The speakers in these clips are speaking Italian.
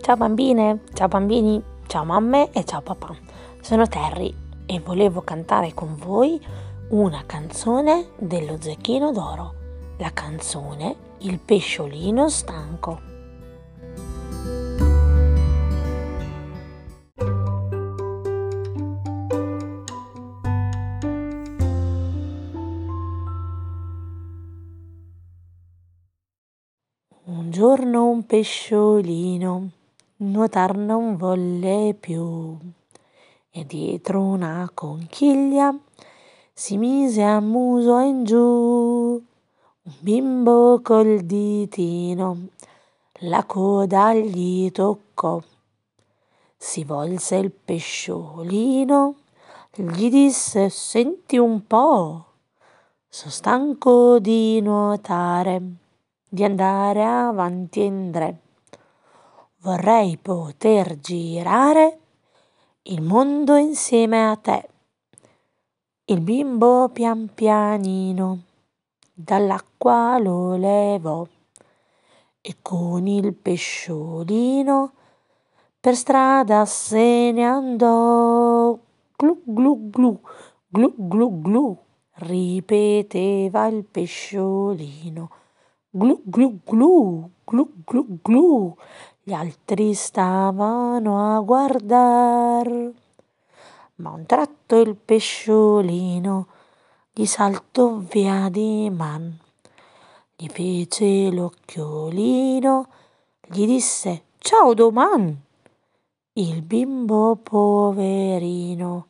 Ciao bambine, ciao bambini, ciao mamme e ciao papà. Sono Terry e volevo cantare con voi una canzone dello Zecchino d'Oro, la canzone Il pesciolino stanco. Un giorno un pesciolino nuotar non volle più e dietro una conchiglia si mise a muso in giù. Un bimbo col ditino la coda gli toccò, si volse il pesciolino, gli disse: senti un po', son stanco di nuotare, di andare avanti e indre, vorrei poter girare il mondo insieme a te. Il bimbo pian pianino dall'acqua lo levò e con il pesciolino per strada se ne andò. Glu glu glu, glu glu glu, ripeteva il pesciolino. Glu glu glu, glu glu glu, gli altri stavano a guardar. Ma a un tratto il pesciolino gli saltò via di man, gli fece l'occhiolino, gli disse: ciao doman. Il bimbo poverino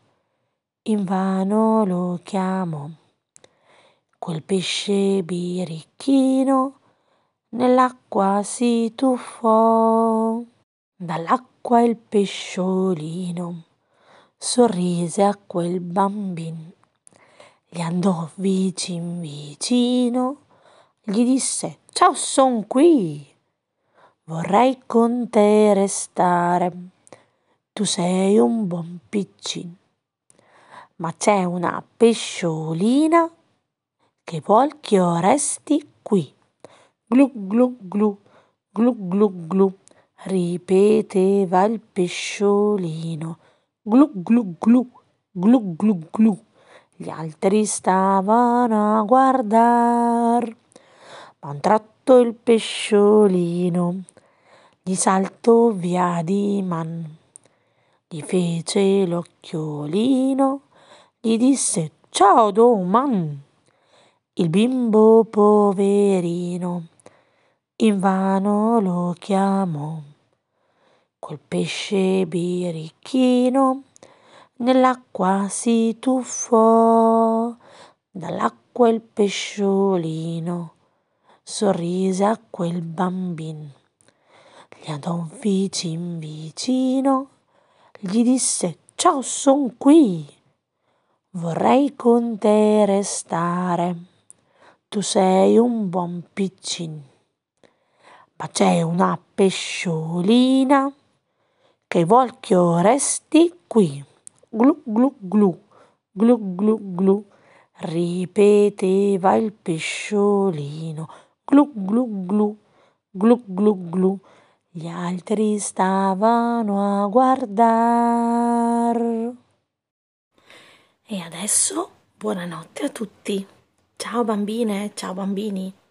invano lo chiamò, quel pesce birichino nell'acqua si tuffò. Dall'acqua il pesciolino sorrise a quel bambin, gli andò vicin vicino, gli disse: ciao, son qui, vorrei con te restare, tu sei un buon piccin, ma c'è una pesciolina che vuol ch'io resti qui. Glu glu glu, glu glu glu, ripeteva il pesciolino. Glu glu glu, glu glu glu, gli altri stavano a guardar. Ma a un tratto il pesciolino gli saltò via di man, gli fece l'occhiolino, gli disse: ciao doman. Il bimbo poverino invano lo chiamò, quel pesce birichino nell'acqua si tuffò. Dall'acqua il pesciolino sorrise a quel bambin, gli andò vicin vicino, gli disse: ciao, son qui, vorrei con te restare, tu sei un buon piccin, ma c'è una pesciolina che vuol ch'io resti qui. Glu glu glu, glu glu glu, ripeteva il pesciolino. Glu glu glu, glu glu glu, gli altri stavano a guardar. E adesso buonanotte a tutti. Ciao bambine, ciao bambini.